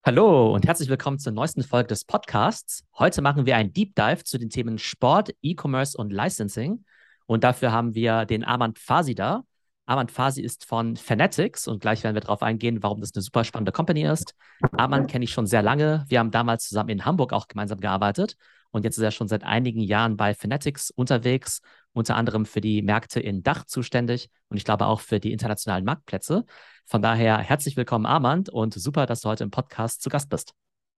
Hallo und herzlich willkommen zur neuesten Folge des Podcasts. Heute machen wir einen Deep Dive zu den Themen Sport, E-Commerce und Licensing. Und dafür haben wir den Armand Fasi da. Armand Fasi ist von Fanatics und gleich werden wir darauf eingehen, warum das eine super spannende Company ist. Armand kenne ich schon sehr lange. Wir haben damals zusammen in Hamburg auch gemeinsam gearbeitet. Und jetzt ist er schon seit einigen Jahren bei Fanatics unterwegs, unter anderem für die Märkte in Dach zuständig und ich glaube auch für die internationalen Marktplätze. Von daher herzlich willkommen, Armand, und super, dass du heute im Podcast zu Gast bist.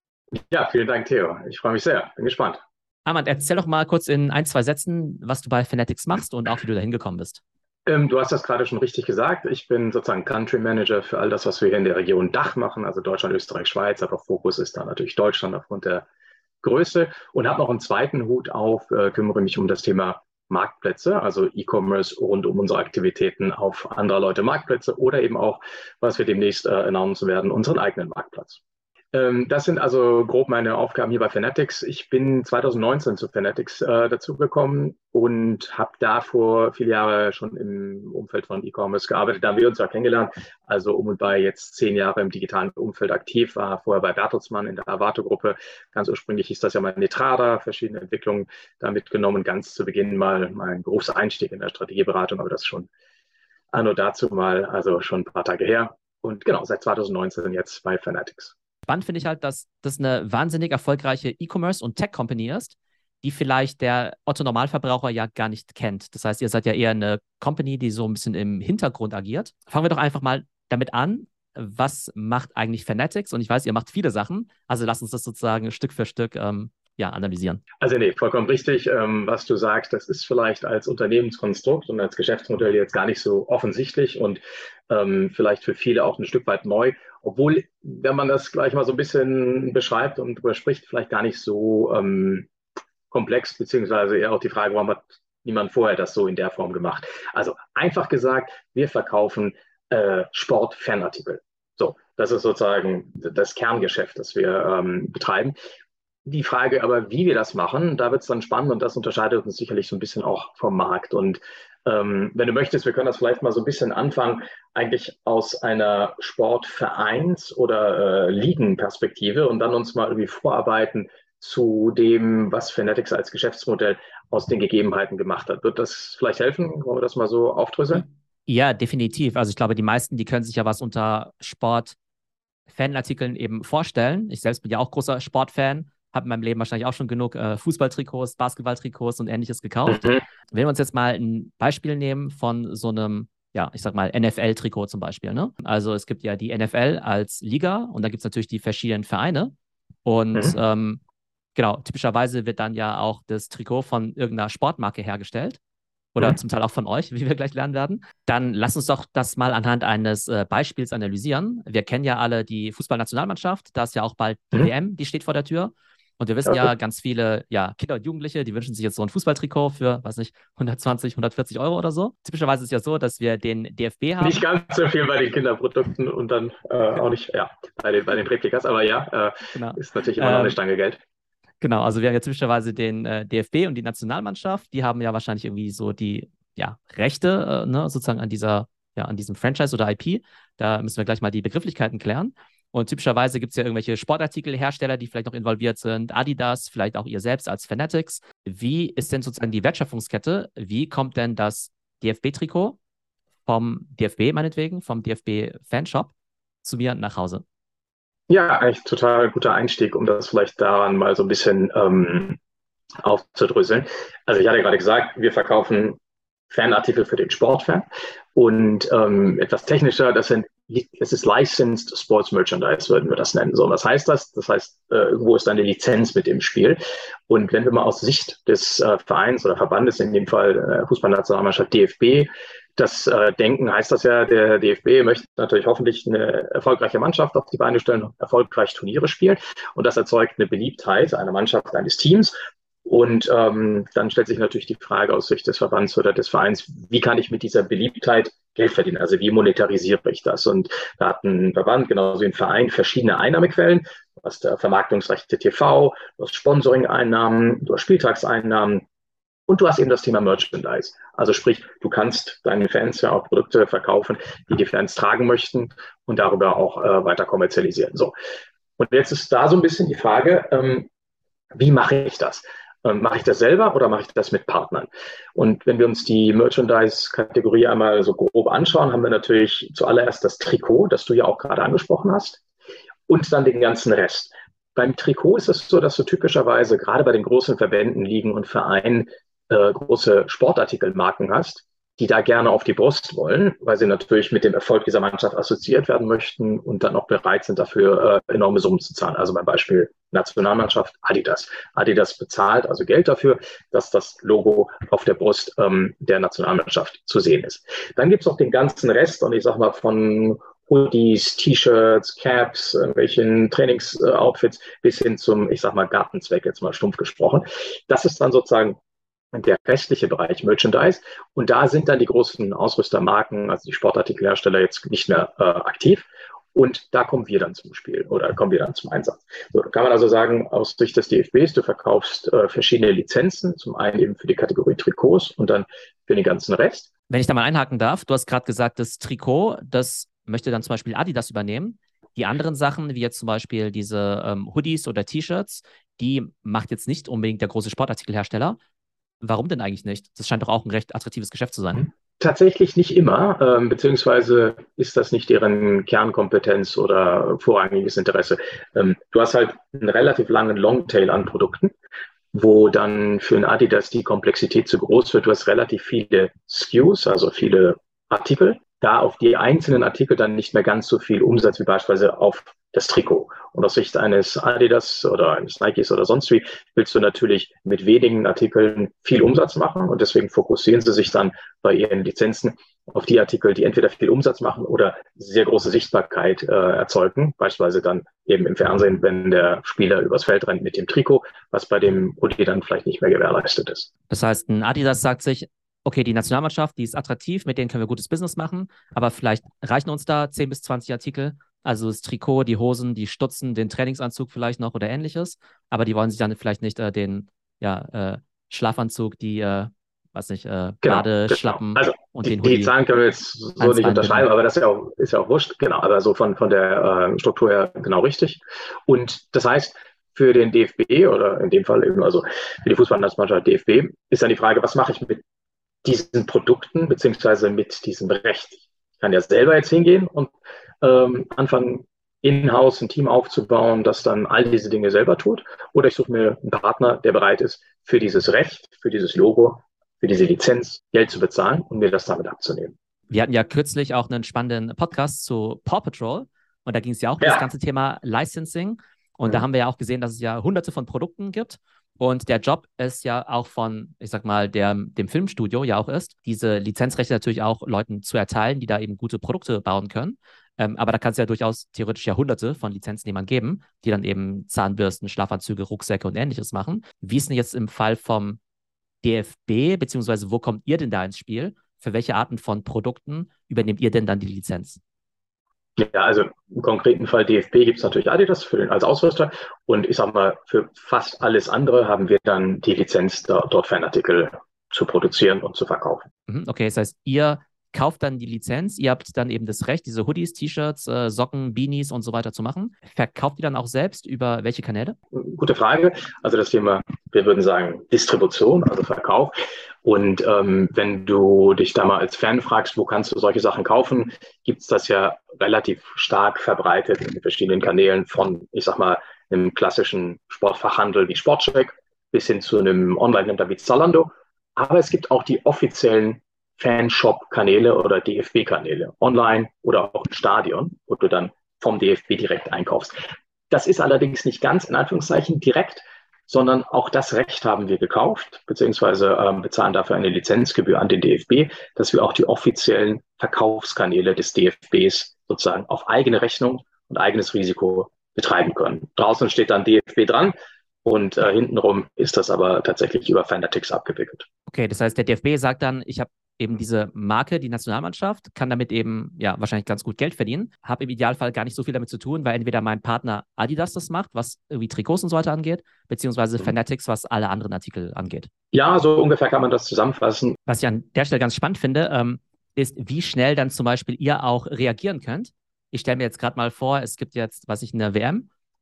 Ja, vielen Dank, Theo. Ich freue mich sehr. Bin gespannt. Armand, erzähl doch mal kurz in ein, zwei Sätzen, was du bei Fanatics machst und auch wie du da hingekommen bist. Du hast das gerade schon richtig gesagt. Ich bin sozusagen Country Manager für all das, was wir hier in der Region Dach machen, also Deutschland, Österreich, Schweiz, aber Fokus ist da natürlich Deutschland aufgrund der Größe und habe noch einen zweiten Hut auf, kümmere mich um das Thema Marktplätze, also E-Commerce rund um unsere Aktivitäten auf anderer Leute Marktplätze oder eben auch, was wir demnächst announcen werden, unseren eigenen Marktplatz. Das sind also grob meine Aufgaben hier bei Fanatics. Ich bin 2019 zu Fanatics dazugekommen und habe da vor viele Jahre schon im Umfeld von E-Commerce gearbeitet. Da haben wir uns ja kennengelernt. Also um und bei jetzt 10 Jahre im digitalen Umfeld aktiv, war vorher bei Bertelsmann in der Avato-Gruppe. Ganz ursprünglich hieß das ja mal Netrada, verschiedene Entwicklungen da mitgenommen. Ganz zu Beginn mal mein Berufseinstieg in der Strategieberatung, aber das schon anno dazu mal, also schon ein paar Tage her. Und genau, seit 2019 jetzt bei Fanatics. Spannend finde ich halt, dass das eine wahnsinnig erfolgreiche E-Commerce- und Tech-Company ist, die vielleicht der Otto-Normalverbraucher ja gar nicht kennt. Das heißt, ihr seid ja eher eine Company, die so ein bisschen im Hintergrund agiert. Fangen wir doch einfach mal damit an. Was macht eigentlich Fanatics? Und ich weiß, ihr macht viele Sachen. Also lasst uns das sozusagen Stück für Stück analysieren. Also nee, vollkommen richtig. Was du sagst, das ist vielleicht als Unternehmenskonstrukt und als Geschäftsmodell jetzt gar nicht so offensichtlich und vielleicht für viele auch ein Stück weit neu. Obwohl, wenn man das gleich mal so ein bisschen beschreibt und drüber spricht, vielleicht gar nicht so komplex, beziehungsweise eher auch die Frage, warum hat niemand vorher das so in der Form gemacht? Also einfach gesagt, wir verkaufen Sport-Fanartikel. So, das ist sozusagen das Kerngeschäft, das wir betreiben. Die Frage aber, wie wir das machen, da wird es dann spannend und das unterscheidet uns sicherlich so ein bisschen auch vom Markt. Und wenn du möchtest, wir können das vielleicht mal so ein bisschen anfangen, eigentlich aus einer Sportvereins- oder Ligenperspektive und dann uns mal irgendwie vorarbeiten zu dem, was Fanatics als Geschäftsmodell aus den Gegebenheiten gemacht hat. Wird das vielleicht helfen? Wollen wir das mal so aufdröseln? Ja, definitiv. Also ich glaube, die meisten, die können sich ja was unter Sport-Fanartikeln eben vorstellen. Ich selbst bin ja auch großer Sportfan, habe in meinem Leben wahrscheinlich auch schon genug Fußballtrikots, Basketballtrikots und ähnliches gekauft. Mhm. Wenn wir uns jetzt mal ein Beispiel nehmen von so einem, ja, ich sag mal, NFL-Trikot zum Beispiel, ne? Also es gibt ja die NFL als Liga und da gibt es natürlich die verschiedenen Vereine. Und Mhm. genau, typischerweise wird dann ja auch das Trikot von irgendeiner Sportmarke hergestellt oder Mhm. zum Teil auch von euch, wie wir gleich lernen werden. Dann lass uns doch das mal anhand eines Beispiels analysieren. Wir kennen ja alle die Fußballnationalmannschaft. Da ist ja auch bald die Mhm. WM, die steht vor der Tür. Und wir wissen Okay. ja, ganz viele Kinder und Jugendliche, die wünschen sich jetzt so ein Fußballtrikot für, weiß nicht, 120, 140 Euro oder so. Typischerweise ist es ja so, dass wir den DFB Nicht haben. ganz so viel bei den Kinderprodukten und dann auch nicht, ja, bei den Replikas, aber ja, Genau. ist natürlich immer noch eine Ähm, Stange Geld. genau, also wir haben ja typischerweise den DFB und die Nationalmannschaft. Die haben ja wahrscheinlich irgendwie so die Rechte, ne, sozusagen an diesem Franchise oder IP. Da müssen wir gleich mal die Begrifflichkeiten klären. Und typischerweise gibt es ja irgendwelche Sportartikelhersteller, die vielleicht noch involviert sind, Adidas, vielleicht auch ihr selbst als Fanatics. Wie ist denn sozusagen die Wertschöpfungskette? Wie kommt denn das DFB-Trikot vom DFB meinetwegen, vom DFB-Fanshop zu mir nach Hause? Ja, eigentlich total guter Einstieg, um das vielleicht daran mal so ein bisschen aufzudröseln. Also ich hatte gerade gesagt, wir verkaufen Fanartikel für den Sportfan und etwas technischer, es ist Licensed Sports Merchandise, würden wir das nennen. So, was heißt das? Das heißt, irgendwo ist eine Lizenz mit im Spiel. Und wenn wir mal aus Sicht des Vereins oder Verbandes, in dem Fall Fußballnationalmannschaft DFB, das denken, heißt das ja, der DFB möchte natürlich hoffentlich eine erfolgreiche Mannschaft auf die Beine stellen, erfolgreich Turniere spielen. Und das erzeugt eine Beliebtheit einer Mannschaft, eines Teams. Und dann stellt sich natürlich die Frage aus Sicht des Verbands oder des Vereins, wie kann ich mit dieser Beliebtheit Geld verdienen? Also wie monetarisiere ich das? Und da hat ein Verband, genauso wie ein Verein, verschiedene Einnahmequellen. Du hast Vermarktungsrechte TV, du hast Sponsoring-Einnahmen, du hast Spieltagseinnahmen und du hast eben das Thema Merchandise. Also sprich, du kannst deinen Fans ja auch Produkte verkaufen, die die Fans tragen möchten und darüber auch weiter kommerzialisieren. So. Und jetzt ist da so ein bisschen die Frage, wie mache ich das? Mache ich das selber oder mache ich das mit Partnern? Und wenn wir uns die Merchandise-Kategorie einmal so grob anschauen, haben wir natürlich zuallererst das Trikot, das du ja auch gerade angesprochen hast, und dann den ganzen Rest. Beim Trikot ist es so, dass du typischerweise gerade bei den großen Verbänden, Ligen und Vereinen große Sportartikelmarken hast, die da gerne auf die Brust wollen, weil sie natürlich mit dem Erfolg dieser Mannschaft assoziiert werden möchten und dann auch bereit sind, dafür enorme Summen zu zahlen. Also beim Beispiel Nationalmannschaft Adidas. Adidas bezahlt also Geld dafür, dass das Logo auf der Brust der Nationalmannschaft zu sehen ist. Dann gibt es auch den ganzen Rest und ich sag mal von Hoodies, T-Shirts, Caps, irgendwelchen Trainingsoutfits bis hin zum, ich sag mal, Gartenzweck, jetzt mal stumpf gesprochen. Das ist dann sozusagen der restliche Bereich Merchandise. Und da sind dann die großen Ausrüstermarken, also die Sportartikelhersteller, jetzt nicht mehr aktiv. Und da kommen wir dann zum Spiel oder kommen wir dann zum Einsatz. So, kann man also sagen, aus Sicht des DFBs, du verkaufst verschiedene Lizenzen, zum einen eben für die Kategorie Trikots und dann für den ganzen Rest. Wenn ich da mal einhaken darf, du hast gerade gesagt, das Trikot, das möchte dann zum Beispiel Adidas übernehmen. Die anderen Sachen, wie jetzt zum Beispiel diese Hoodies oder T-Shirts, die macht jetzt nicht unbedingt der große Sportartikelhersteller. Warum denn eigentlich nicht? Das scheint doch auch ein recht attraktives Geschäft zu sein. Tatsächlich nicht immer, beziehungsweise ist das nicht deren Kernkompetenz oder vorrangiges Interesse. Du hast halt einen relativ langen Longtail an Produkten, wo dann für ein Adidas die Komplexität zu groß wird. Du hast relativ viele SKUs, also viele Artikel, da auf die einzelnen Artikel dann nicht mehr ganz so viel Umsatz wie beispielsweise auf das Trikot. Und aus Sicht eines Adidas oder eines Nikes oder sonst wie willst du natürlich mit wenigen Artikeln viel Umsatz machen und deswegen fokussieren sie sich dann bei ihren Lizenzen auf die Artikel, die entweder viel Umsatz machen oder sehr große Sichtbarkeit erzeugen, beispielsweise dann eben im Fernsehen, wenn der Spieler übers Feld rennt mit dem Trikot, was bei dem Hoodie dann vielleicht nicht mehr gewährleistet ist. Das heißt, ein Adidas sagt sich, okay, die Nationalmannschaft, die ist attraktiv, mit denen können wir gutes Business machen, aber vielleicht reichen uns da 10 bis 20 Artikel, also das Trikot, die Hosen, die Stutzen, den Trainingsanzug vielleicht noch oder ähnliches, aber die wollen sich dann vielleicht nicht den Schlafanzug, die, weiß nicht, Badeschlappen Also und den die Hoodie Zahlen können wir jetzt so nicht unterschreiben, aber das ist ja auch wurscht, genau, aber so von der Struktur her genau richtig. Und das heißt, für den DFB oder in dem Fall eben also für die Fußballnationalmannschaft DFB ist dann die Frage, was mache ich mit diesen Produkten beziehungsweise mit diesem Recht. Ich kann ja selber jetzt hingehen und anfangen, in-house ein Team aufzubauen, das dann all diese Dinge selber tut. Oder ich suche mir einen Partner, der bereit ist, für dieses Recht, für dieses Logo, für diese Lizenz Geld zu bezahlen und mir das damit abzunehmen. Wir hatten ja kürzlich auch einen spannenden Podcast zu Paw Patrol und da ging es ja auch um das ganze Thema Licensing. Und da haben wir ja auch gesehen, dass es ja hunderte von Produkten gibt. Und der Job ist ja auch von, ich sag mal, dem Filmstudio ja auch ist, diese Lizenzrechte natürlich auch Leuten zu erteilen, die da eben gute Produkte bauen können. Aber da kann es ja durchaus theoretisch ja hunderte von Lizenznehmern geben, die dann eben Zahnbürsten, Schlafanzüge, Rucksäcke und ähnliches machen. Wie ist denn jetzt im Fall vom DFB, beziehungsweise wo kommt ihr denn da ins Spiel? Für welche Arten von Produkten übernehmt ihr denn dann die Lizenz? Ja, also im konkreten Fall DFB gibt es natürlich Adidas als Ausrüster und ich sag mal, für fast alles andere haben wir dann die Lizenz, dort Fanartikel zu produzieren und zu verkaufen. Okay, das heißt, ihr kauft dann die Lizenz, ihr habt dann eben das Recht, diese Hoodies, T-Shirts, Socken, Beanies und so weiter zu machen. Verkauft ihr dann auch selbst über welche Kanäle? Gute Frage. Also das Thema, wir würden sagen Distribution, also Verkauf. Und wenn du dich da mal als Fan fragst, wo kannst du solche Sachen kaufen, gibt es das ja relativ stark verbreitet in verschiedenen Kanälen von, ich sag mal, einem klassischen Sportfachhandel wie Sportcheck bis hin zu einem Online-Händler wie Zalando. Aber es gibt auch die offiziellen Fanshop-Kanäle oder DFB-Kanäle, online oder auch im Stadion, wo du dann vom DFB direkt einkaufst. Das ist allerdings nicht ganz in Anführungszeichen direkt, sondern auch das Recht haben wir gekauft, beziehungsweise bezahlen dafür eine Lizenzgebühr an den DFB, dass wir auch die offiziellen Verkaufskanäle des DFBs sozusagen auf eigene Rechnung und eigenes Risiko betreiben können. Draußen steht dann DFB dran und hintenrum ist das aber tatsächlich über Fanatics abgewickelt. Okay, das heißt, der DFB sagt dann, ich habe eben diese Marke, die Nationalmannschaft, kann damit eben ja wahrscheinlich ganz gut Geld verdienen, habe im Idealfall gar nicht so viel damit zu tun, weil entweder mein Partner Adidas das macht, was irgendwie Trikots und so weiter angeht, beziehungsweise Fanatics, was alle anderen Artikel angeht. Ja, so ungefähr kann man das zusammenfassen. Was ich an der Stelle ganz spannend finde, ist, wie schnell dann zum Beispiel ihr auch reagieren könnt. Ich stelle mir jetzt gerade mal vor, es gibt jetzt, was ich, eine WM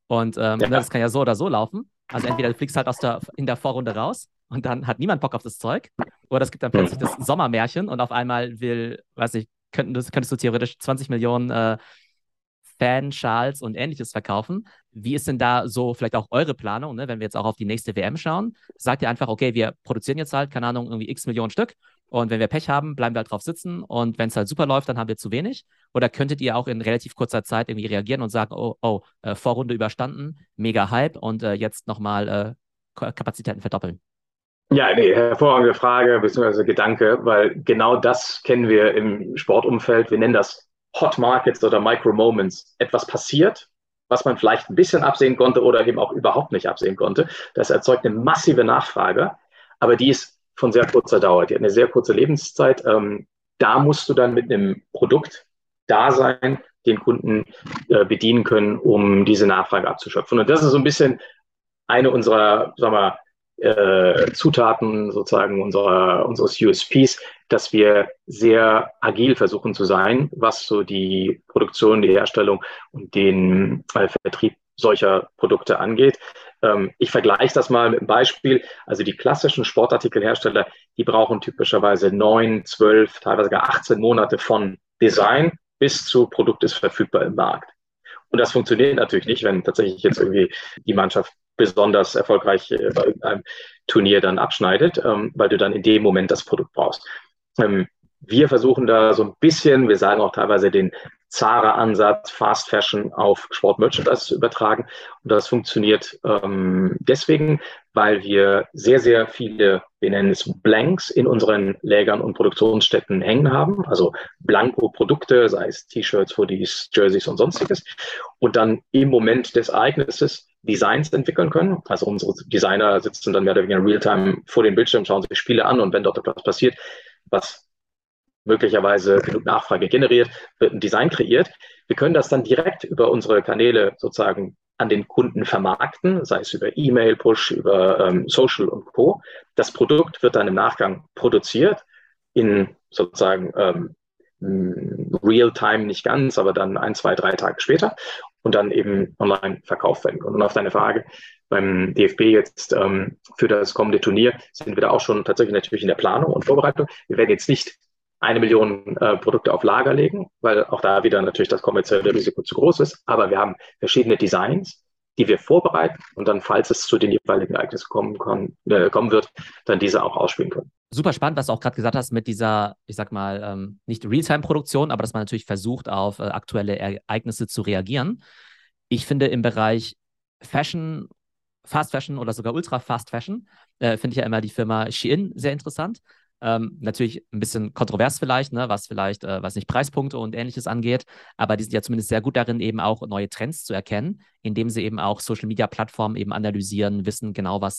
Und das kann ja so oder so laufen. Also entweder du fliegst halt in der Vorrunde raus und dann hat niemand Bock auf das Zeug. Oder es gibt dann plötzlich das Sommermärchen und auf einmal könntest du theoretisch 20 Millionen Fanschals und Ähnliches verkaufen. Wie ist denn da so vielleicht auch eure Planung, ne? Wenn wir jetzt auch auf die nächste WM schauen? Sagt ihr einfach, okay, wir produzieren jetzt halt, keine Ahnung, irgendwie x Millionen Stück und wenn wir Pech haben, bleiben wir halt drauf sitzen und wenn es halt super läuft, dann haben wir zu wenig? Oder könntet ihr auch in relativ kurzer Zeit irgendwie reagieren und sagen, Vorrunde überstanden, mega Hype und jetzt nochmal Kapazitäten verdoppeln? Ja, nee, hervorragende Frage bzw. Gedanke, weil genau das kennen wir im Sportumfeld. Wir nennen das Hot Markets oder Micro Moments. Etwas passiert, was man vielleicht ein bisschen absehen konnte oder eben auch überhaupt nicht absehen konnte. Das erzeugt eine massive Nachfrage, aber die ist von sehr kurzer Dauer. Die hat eine sehr kurze Lebenszeit. Da musst du dann mit einem Produkt da sein, den Kunden bedienen können, um diese Nachfrage abzuschöpfen. Und das ist so ein bisschen eine unserer, sagen wir, Zutaten sozusagen unseres USPs, dass wir sehr agil versuchen zu sein, was so die Produktion, die Herstellung und den Vertrieb solcher Produkte angeht. Ich vergleiche das mal mit einem Beispiel. Also die klassischen Sportartikelhersteller, die brauchen typischerweise 9, 12, teilweise gar 18 Monate von Design bis zu Produkt ist verfügbar im Markt. Und das funktioniert natürlich nicht, wenn tatsächlich jetzt irgendwie die Mannschaft besonders erfolgreich bei irgendeinem Turnier dann abschneidet, weil du dann in dem Moment das Produkt brauchst. Wir versuchen da so ein bisschen, wir sagen auch teilweise den Zara-Ansatz, Fast Fashion auf Sportmerchandise zu übertragen. Und das funktioniert deswegen, weil wir sehr, sehr viele, wir nennen es Blanks, in unseren Lägern und Produktionsstätten hängen haben. Also Blanko-Produkte, sei es T-Shirts, Hoodies, Jerseys und sonstiges. Und dann im Moment des Ereignisses Designs entwickeln können. Also unsere Designer sitzen dann mehr oder weniger real-time vor dem Bildschirm, schauen sich Spiele an und wenn dort etwas passiert, was möglicherweise genug Nachfrage generiert, wird ein Design kreiert. Wir können das dann direkt über unsere Kanäle sozusagen an den Kunden vermarkten, sei es über E-Mail, Push, über Social und Co. Das Produkt wird dann im Nachgang produziert in sozusagen Real-Time nicht ganz, aber dann 1, 2, 3 Tage später und dann eben online verkauft werden können. Und auf deine Frage beim DFB jetzt für das kommende Turnier sind wir da auch schon tatsächlich natürlich in der Planung und Vorbereitung. Wir werden jetzt nicht 1 Million Produkte auf Lager legen, weil auch da wieder natürlich das kommerzielle Risiko zu groß ist. Aber wir haben verschiedene Designs, die wir vorbereiten und dann, falls es zu den jeweiligen Ereignissen kommen wird, dann diese auch ausspielen können. Super spannend, was du auch gerade gesagt hast mit dieser, ich sag mal, nicht Realtime-Produktion, aber dass man natürlich versucht, auf aktuelle Ereignisse zu reagieren. Ich finde im Bereich Fashion, Fast Fashion oder sogar Ultra Fast Fashion, finde ich ja immer die Firma Shein sehr interessant. Natürlich ein bisschen kontrovers vielleicht, ne, was vielleicht, was nicht Preispunkte und Ähnliches angeht, aber die sind ja zumindest sehr gut darin, eben auch neue Trends zu erkennen, indem sie eben auch Social-Media-Plattformen eben analysieren, wissen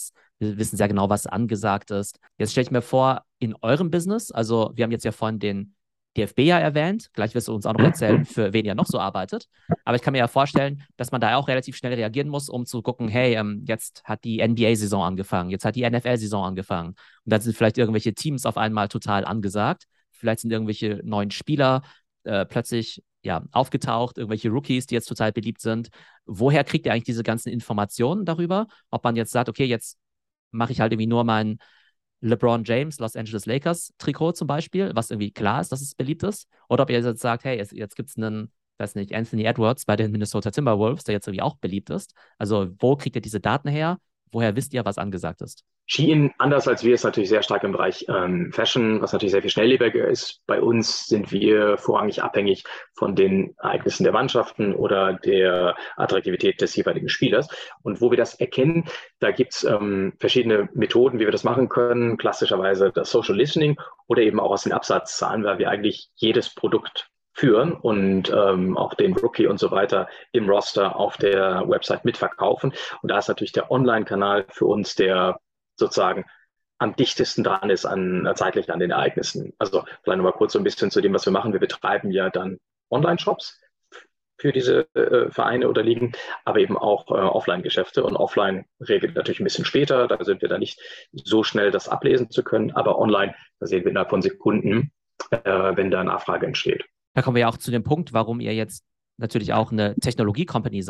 sehr genau, was angesagt ist. Jetzt stelle ich mir vor, in eurem Business, also wir haben jetzt ja vorhin den DFB ja erwähnt, gleich wirst du uns auch noch erzählen, für wen ihr noch so arbeitet, aber ich kann mir ja vorstellen, dass man da auch relativ schnell reagieren muss, um zu gucken, hey, jetzt hat die NBA-Saison angefangen, jetzt hat die NFL-Saison angefangen und dann sind vielleicht irgendwelche Teams auf einmal total angesagt, vielleicht sind irgendwelche neuen Spieler plötzlich ja, aufgetaucht, irgendwelche Rookies, die jetzt total beliebt sind. Woher kriegt ihr eigentlich diese ganzen Informationen darüber? Ob man jetzt sagt, okay, jetzt mache ich halt irgendwie nur mein LeBron James, Los Angeles Lakers Trikot zum Beispiel, was irgendwie klar ist, dass es beliebt ist. Oder ob ihr jetzt sagt, hey, jetzt gibt es einen, weiß nicht, Anthony Edwards bei den Minnesota Timberwolves, der jetzt irgendwie auch beliebt ist. Also wo kriegt ihr diese Daten her? Woher wisst ihr, was angesagt ist? Shein, anders als wir, ist natürlich sehr stark im Bereich Fashion, was natürlich sehr viel schnelllebiger ist. Bei uns sind wir vorrangig abhängig von den Ereignissen der Mannschaften oder der Attraktivität des jeweiligen Spielers. Und wo wir das erkennen, da gibt es verschiedene Methoden, wie wir das machen können. Klassischerweise das Social Listening oder eben auch aus den Absatzzahlen, weil wir eigentlich jedes Produkt führen und auch den Rookie und so weiter im Roster auf der Website mitverkaufen. Und da ist natürlich der Online-Kanal für uns der sozusagen am dichtesten dran ist zeitlich an den Ereignissen. Also vielleicht nochmal kurz so ein bisschen zu dem, was wir machen. Wir betreiben ja dann Online-Shops für diese Vereine oder Ligen, aber eben auch Offline-Geschäfte. Und Offline regelt natürlich ein bisschen später. Da sind wir da nicht so schnell, das ablesen zu können. Aber online, da sehen wir innerhalb von Sekunden, wenn da eine Nachfrage entsteht. Da kommen wir ja auch zu dem Punkt, warum ihr jetzt natürlich auch eine Technologie-Company seid.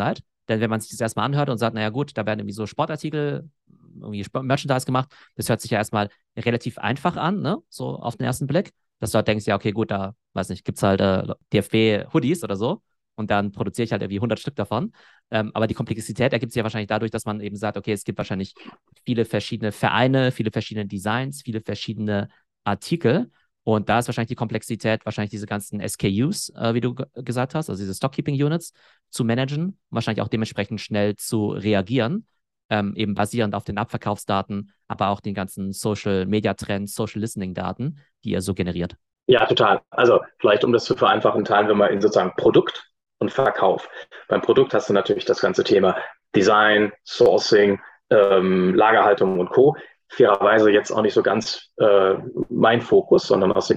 Denn wenn man sich das erstmal anhört und sagt, naja gut, da werden irgendwie so Sportartikel, irgendwie Merchandise gemacht, das hört sich ja erstmal relativ einfach an, ne? So auf den ersten Blick, dass du halt denkst, ja, okay, gut, da, weiß nicht, gibt es halt DFB-Hoodies oder so und dann produziere ich halt irgendwie 100 Stück davon. Aber die Komplexität ergibt sich ja wahrscheinlich dadurch, dass man eben sagt, okay, es gibt wahrscheinlich viele verschiedene Vereine, viele verschiedene Designs, viele verschiedene Artikel. Und da ist wahrscheinlich die Komplexität, wahrscheinlich diese ganzen SKUs, wie du gesagt hast, also diese Stockkeeping-Units zu managen, wahrscheinlich auch dementsprechend schnell zu reagieren, eben basierend auf den Abverkaufsdaten, aber auch den ganzen Social-Media-Trends, Social-Listening-Daten, die ihr so generiert. Ja, total. Also vielleicht, um das zu vereinfachen, teilen wir mal in sozusagen Produkt und Verkauf. Beim Produkt hast du natürlich das ganze Thema Design, Sourcing, Lagerhaltung und Co. Fairerweise jetzt auch nicht so ganz mein Fokus, sondern aus dem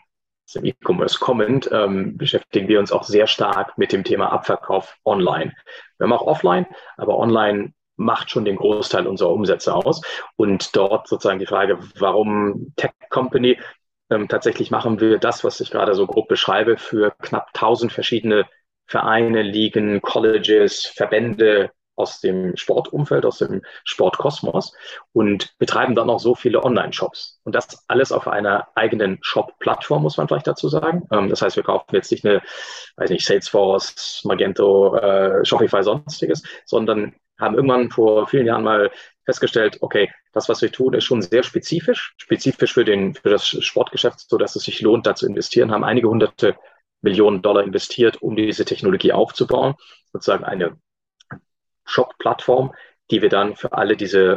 E-Commerce kommend, beschäftigen wir uns auch sehr stark mit dem Thema Abverkauf online. Wir haben auch offline, aber online macht schon den Großteil unserer Umsätze aus. Und dort sozusagen die Frage, warum Tech Company? Tatsächlich machen wir das, was ich gerade so grob beschreibe, für knapp 1000 verschiedene Vereine, Ligen, Colleges, Verbände aus dem Sportumfeld, aus dem Sportkosmos und betreiben dann noch so viele Online-Shops. Und das alles auf einer eigenen Shop-Plattform, muss man vielleicht dazu sagen. Das heißt, wir kaufen jetzt nicht eine, weiß nicht, Salesforce, Magento, Shopify, sonstiges, sondern haben irgendwann vor vielen Jahren mal festgestellt, okay, das, was wir tun, ist schon sehr spezifisch für das Sportgeschäft, so dass es sich lohnt, da zu investieren, haben einige hunderte Millionen Dollar investiert, um diese Technologie aufzubauen, sozusagen eine Shop-Plattform, die wir dann für alle diese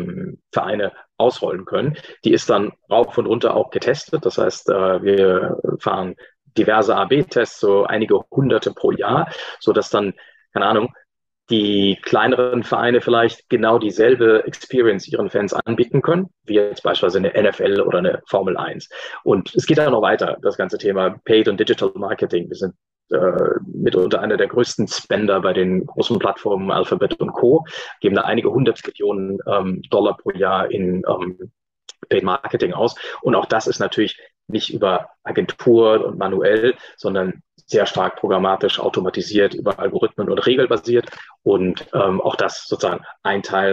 Vereine ausrollen können. Die ist dann rauf und runter auch getestet. Das heißt, wir fahren diverse AB-Tests, so einige hunderte pro Jahr, so dass dann, keine Ahnung, die kleineren Vereine vielleicht genau dieselbe Experience ihren Fans anbieten können, wie jetzt beispielsweise eine NFL oder eine Formel 1. Und es geht dann noch weiter, das ganze Thema Paid und Digital Marketing. Wir sind mitunter einer der größten Spender bei den großen Plattformen Alphabet und Co., geben da einige 100 Millionen Dollar pro Jahr in Paid Marketing aus. Und auch das ist natürlich nicht über Agentur und manuell, sondern sehr stark programmatisch automatisiert, über Algorithmen und regelbasiert. Und auch das sozusagen ein Teil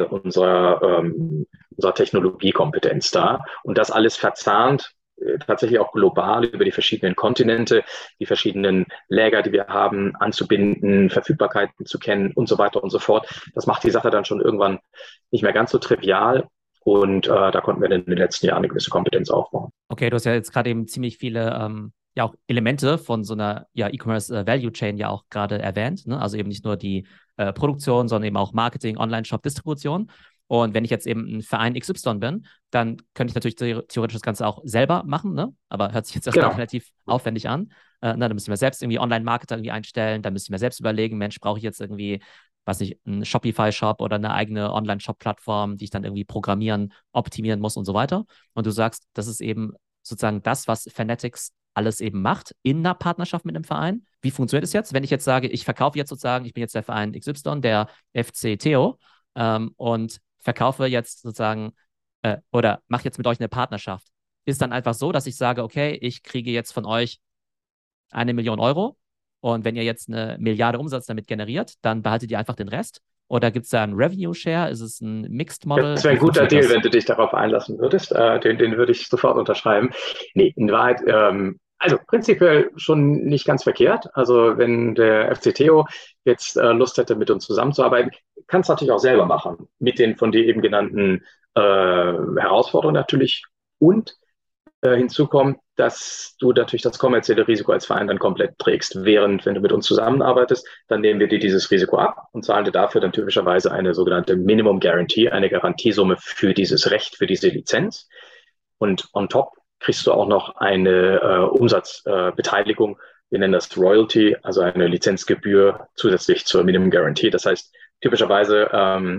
unserer Technologiekompetenz da. Und das alles verzahnt tatsächlich auch global über die verschiedenen Kontinente, die verschiedenen Läger, die wir haben, anzubinden, Verfügbarkeiten zu kennen und so weiter und so fort. Das macht die Sache dann schon irgendwann nicht mehr ganz so trivial. Und da konnten wir in den letzten Jahren eine gewisse Kompetenz aufbauen. Okay, du hast ja jetzt gerade eben ziemlich viele ja auch Elemente von so einer ja, E-Commerce Value Chain ja auch gerade erwähnt. Ne? Also eben nicht nur die Produktion, sondern eben auch Marketing, Online-Shop, Distribution. Und wenn ich jetzt eben ein Verein XY bin, dann könnte ich natürlich theoretisch das Ganze auch selber machen, ne? Aber hört sich jetzt erstmal relativ aufwendig an. Dann müssen wir selbst irgendwie Online-Marketer irgendwie einstellen, dann müssen wir selbst überlegen, Mensch, brauche ich jetzt irgendwie, weiß nicht, einen Shopify-Shop oder eine eigene Online-Shop-Plattform, die ich dann irgendwie programmieren, optimieren muss und so weiter. Und du sagst, das ist eben sozusagen das, was Fanatics alles eben macht in einer Partnerschaft mit einem Verein. Wie funktioniert es jetzt, wenn ich jetzt sage, ich verkaufe jetzt sozusagen, ich bin jetzt der Verein XY, der FC Theo, und verkaufe jetzt sozusagen oder mache jetzt mit euch eine Partnerschaft. Ist dann einfach so, dass ich sage, okay, ich kriege jetzt von euch 1 Million Euro und wenn ihr jetzt 1 Milliarde Umsatz damit generiert, dann behaltet ihr einfach den Rest? Oder gibt es da einen Revenue Share? Ist es ein Mixed Model? Das wäre ein guter Deal, wenn du dich darauf einlassen würdest. Den würde ich sofort unterschreiben. Nee, in Wahrheit, also prinzipiell schon nicht ganz verkehrt. Also wenn der FC Theo jetzt Lust hätte, mit uns zusammenzuarbeiten, kann es natürlich auch selber machen. Mit den von dir eben genannten Herausforderungen natürlich. Und hinzu kommt, dass du natürlich das kommerzielle Risiko als Verein dann komplett trägst. Während, wenn du mit uns zusammenarbeitest, dann nehmen wir dir dieses Risiko ab und zahlen dir dafür dann typischerweise eine sogenannte Minimum Guarantee, eine Garantiesumme für dieses Recht, für diese Lizenz. Und on top kriegst du auch noch eine Umsatzbeteiligung. Wir nennen das Royalty, also eine Lizenzgebühr zusätzlich zur Minimum Guarantee. Das heißt, typischerweise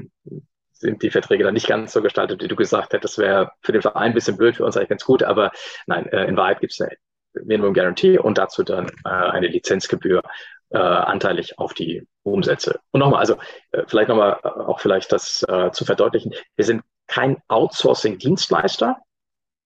sind die Verträge dann nicht ganz so gestaltet, wie du gesagt hättest. Das wäre für den Verein ein bisschen blöd, für uns eigentlich ganz gut. Aber nein, in Wahrheit gibt es eine Minimum Guarantee und dazu dann eine Lizenzgebühr anteilig auf die Umsätze. Und nochmal, also vielleicht nochmal auch vielleicht das zu verdeutlichen. Wir sind kein Outsourcing-Dienstleister,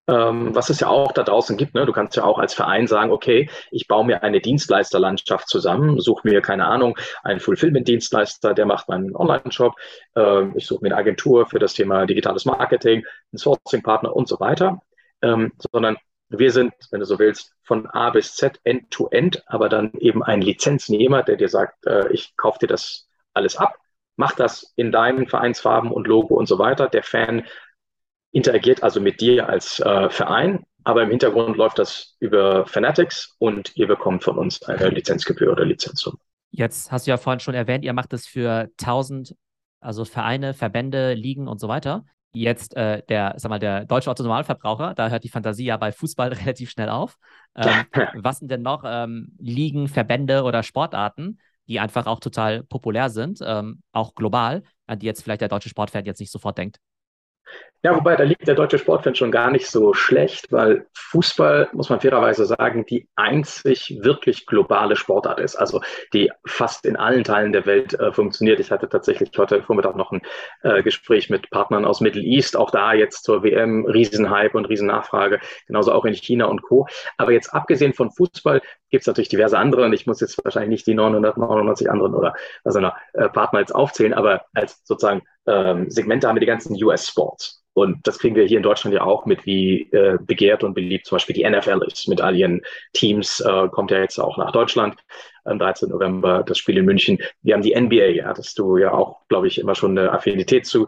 was es ja auch da draußen gibt. Ne? Du kannst ja auch als Verein sagen, okay, ich baue mir eine Dienstleisterlandschaft zusammen, suche mir, keine Ahnung, einen Fulfillment-Dienstleister, der macht meinen Online-Shop. Ich suche mir eine Agentur für das Thema digitales Marketing, einen Sourcing-Partner und so weiter. Sondern wir sind, wenn du so willst, von A bis Z, End-to-End, aber dann eben ein Lizenznehmer, der dir sagt, ich kaufe dir das alles ab, mach das in deinen Vereinsfarben und Logo und so weiter. Der Fan interagiert also mit dir als Verein, aber im Hintergrund läuft das über Fanatics und ihr bekommt von uns eine Lizenzgebühr oder Lizenzsumme. Jetzt hast du ja vorhin schon erwähnt, ihr macht das für 1000, also Vereine, Verbände, Ligen und so weiter. Jetzt der deutsche Otto-Normalverbraucher, da hört die Fantasie ja bei Fußball relativ schnell auf. Was sind denn noch Ligen, Verbände oder Sportarten, die einfach auch total populär sind, auch global, an die jetzt vielleicht der deutsche Sportfan jetzt nicht sofort denkt? Ja, wobei da liegt der deutsche Sportfan schon gar nicht so schlecht, weil Fußball, muss man fairerweise sagen, die einzig wirklich globale Sportart ist, also die fast in allen Teilen der Welt funktioniert. Ich hatte tatsächlich heute Vormittag noch ein Gespräch mit Partnern aus Middle East, auch da jetzt zur WM, Riesenhype und Riesennachfrage, genauso auch in China und Co. Aber jetzt abgesehen von Fußball gibt es natürlich diverse andere und ich muss jetzt wahrscheinlich nicht die 999 anderen oder also Partner jetzt aufzählen, aber als sozusagen Segmente haben wir die ganzen US-Sports. Und das kriegen wir hier in Deutschland ja auch mit, wie begehrt und beliebt zum Beispiel die NFL ist. Mit all ihren Teams kommt ja jetzt auch nach Deutschland. Am 13. November das Spiel in München. Wir haben die NBA, ja, hattest du ja auch, glaube ich, immer schon eine Affinität zu,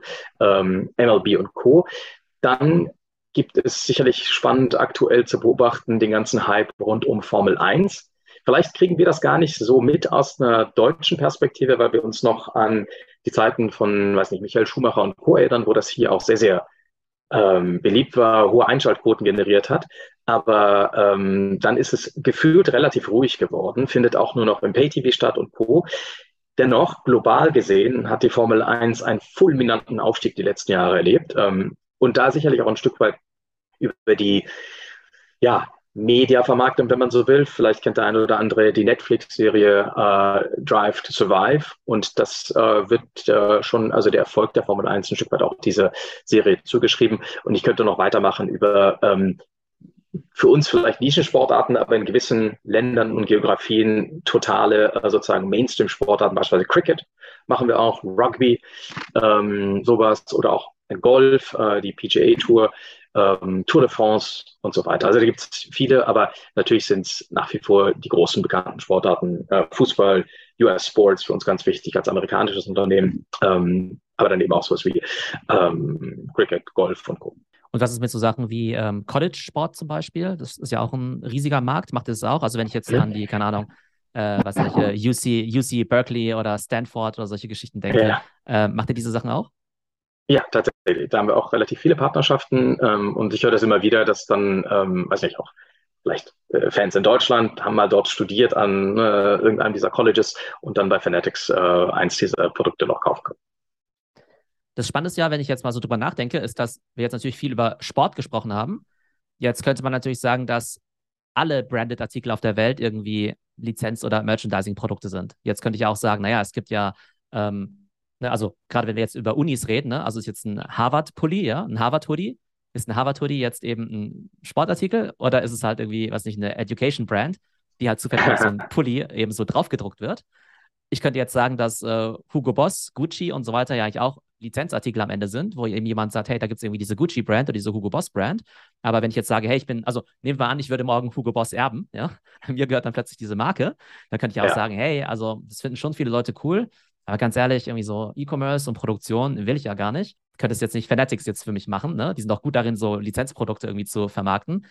MLB und Co. Dann gibt es sicherlich spannend aktuell zu beobachten den ganzen Hype rund um Formel 1. Vielleicht kriegen wir das gar nicht so mit aus einer deutschen Perspektive, weil wir uns noch an die Zeiten von, weiß nicht, Michael Schumacher und Co. erinnern, wo das hier auch sehr, sehr beliebt war, hohe Einschaltquoten generiert hat. Aber dann ist es gefühlt relativ ruhig geworden, findet auch nur noch im Pay-TV statt und Co. Dennoch, global gesehen, hat die Formel 1 einen fulminanten Aufstieg die letzten Jahre erlebt. Und da sicherlich auch ein Stück weit über die ja, Media-Vermarktung, wenn man so will. Vielleicht kennt der eine oder andere die Netflix-Serie Drive to Survive. Und das wird schon, also der Erfolg der Formel 1 ein Stück weit auch diese Serie zugeschrieben. Und ich könnte noch weitermachen über für uns vielleicht Nischensportarten, aber in gewissen Ländern und Geografien totale sozusagen Mainstream-Sportarten, beispielsweise Cricket machen wir auch, Rugby, sowas oder auch Golf, die PGA Tour, Tour de France und so weiter. Also da gibt es viele, aber natürlich sind es nach wie vor die großen bekannten Sportarten, Fußball, US Sports für uns ganz wichtig als amerikanisches Unternehmen, aber dann eben auch sowas wie Cricket, Golf und Co. Und was ist mit so Sachen wie College-Sport zum Beispiel? Das ist ja auch ein riesiger Markt. Macht ihr das auch? Also wenn ich jetzt an die, keine Ahnung, was weiß ich, UC Berkeley oder Stanford oder solche Geschichten denke, macht ihr diese Sachen auch? Ja, tatsächlich. Da haben wir auch relativ viele Partnerschaften und ich höre das immer wieder, dass dann, weiß nicht, auch vielleicht Fans in Deutschland haben mal dort studiert an irgendeinem dieser Colleges und dann bei Fanatics eins dieser Produkte noch kaufen können. Das Spannende ist ja, wenn ich jetzt mal so drüber nachdenke, ist, dass wir jetzt natürlich viel über Sport gesprochen haben. Jetzt könnte man natürlich sagen, dass alle Branded-Artikel auf der Welt irgendwie Lizenz- oder Merchandising-Produkte sind. Jetzt könnte ich auch sagen, naja, es gibt ja, ne, also gerade wenn wir jetzt über Unis reden, ne, also ist jetzt ein Harvard-Pulli, ja, ein Harvard-Hoodie, ist ein Harvard-Hoodie jetzt eben ein Sportartikel oder ist es halt irgendwie, was nicht, eine Education-Brand, die halt zufällig auf so ein Pulli eben so draufgedruckt wird? Ich könnte jetzt sagen, dass Hugo Boss, Gucci und so weiter ja eigentlich auch Lizenzartikel am Ende sind, wo eben jemand sagt, hey, da gibt es irgendwie diese Gucci-Brand oder diese Hugo Boss-Brand. Aber wenn ich jetzt sage, hey, also nehmen wir an, ich würde morgen Hugo Boss erben, ja, mir gehört dann plötzlich diese Marke, dann könnte ich auch sagen, hey, also das finden schon viele Leute cool, aber ganz ehrlich, irgendwie so E-Commerce und Produktion will ich ja gar nicht. Könnte es jetzt nicht Fanatics jetzt für mich machen, ne? Die sind auch gut darin, so Lizenzprodukte irgendwie zu vermarkten.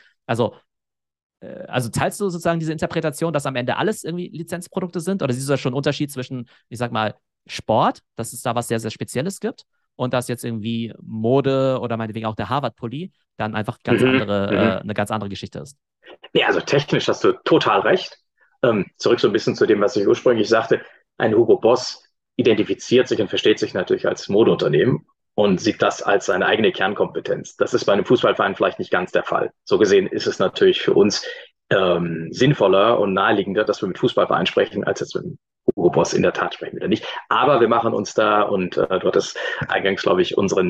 Also teilst du sozusagen diese Interpretation, dass am Ende alles irgendwie Lizenzprodukte sind? Oder siehst du da schon einen Unterschied zwischen, ich sag mal, Sport, dass es da was sehr, sehr Spezielles gibt und dass jetzt irgendwie Mode oder meinetwegen auch der Harvard-Pulli dann einfach eine ganz andere Geschichte ist? Ja, also technisch hast du total recht. Zurück so ein bisschen zu dem, was ich ursprünglich sagte. Ein Hugo Boss identifiziert sich und versteht sich natürlich als Modeunternehmen und sieht das als seine eigene Kernkompetenz. Das ist bei einem Fußballverein vielleicht nicht ganz der Fall. So gesehen ist es natürlich für uns sinnvoller und naheliegender, dass wir mit Fußballvereinen sprechen, als jetzt mit Hugo Boss. In der Tat sprechen wir da nicht. Aber wir machen uns da, und du hattest eingangs, glaube ich, unseren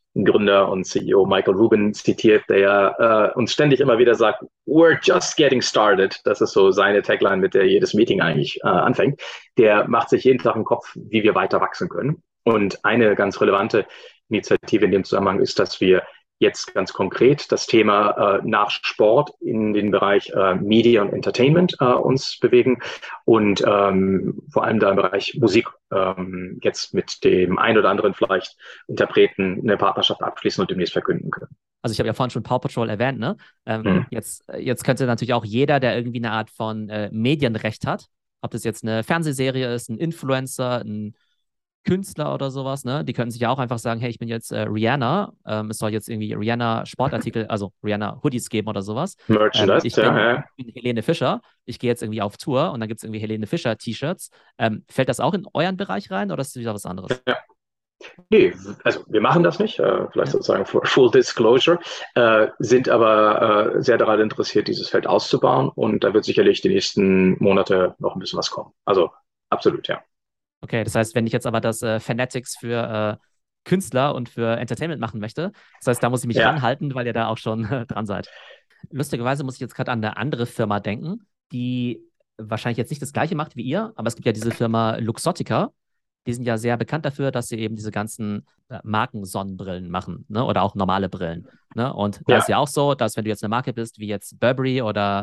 Gründer und CEO Michael Rubin zitiert, der ja uns ständig immer wieder sagt, we're just getting started. Das ist so seine Tagline, mit der jedes Meeting eigentlich anfängt. Der macht sich jeden Tag im Kopf, wie wir weiter wachsen können. Und eine ganz relevante Initiative in dem Zusammenhang ist, dass wir jetzt ganz konkret das Thema nach Sport in den Bereich Media und Entertainment uns bewegen und vor allem da im Bereich Musik jetzt mit dem ein oder anderen vielleicht Interpreten eine Partnerschaft abschließen und demnächst verkünden können. Also ich habe ja vorhin schon Paw Patrol erwähnt, ne? Jetzt könnte natürlich auch jeder, der irgendwie eine Art von Medienrecht hat, ob das jetzt eine Fernsehserie ist, ein Influencer, ein Künstler oder sowas, ne? Die könnten sich ja auch einfach sagen, hey, ich bin jetzt Rihanna, es soll jetzt irgendwie Rihanna Sportartikel, also Rihanna Hoodies geben oder sowas. Merchandise, ich bin Helene Fischer, ich gehe jetzt irgendwie auf Tour und dann gibt es irgendwie Helene Fischer T-Shirts. Fällt das auch in euren Bereich rein oder ist das wieder was anderes? Ja. Nee, also wir machen das nicht, vielleicht sozusagen for full disclosure, sind aber sehr daran interessiert, dieses Feld auszubauen und da wird sicherlich die nächsten Monate noch ein bisschen was kommen. Also absolut, ja. Okay, das heißt, wenn ich jetzt aber das Fanatics für Künstler und für Entertainment machen möchte, das heißt, da muss ich mich ranhalten, weil ihr da auch schon dran seid. Lustigerweise muss ich jetzt gerade an eine andere Firma denken, die wahrscheinlich jetzt nicht das Gleiche macht wie ihr, aber es gibt ja diese Firma Luxottica. Die sind ja sehr bekannt dafür, dass sie eben diese ganzen Markensonnenbrillen machen, ne? Oder auch normale Brillen. Ne? Und da ist ja auch so, dass wenn du jetzt eine Marke bist, wie jetzt Burberry oder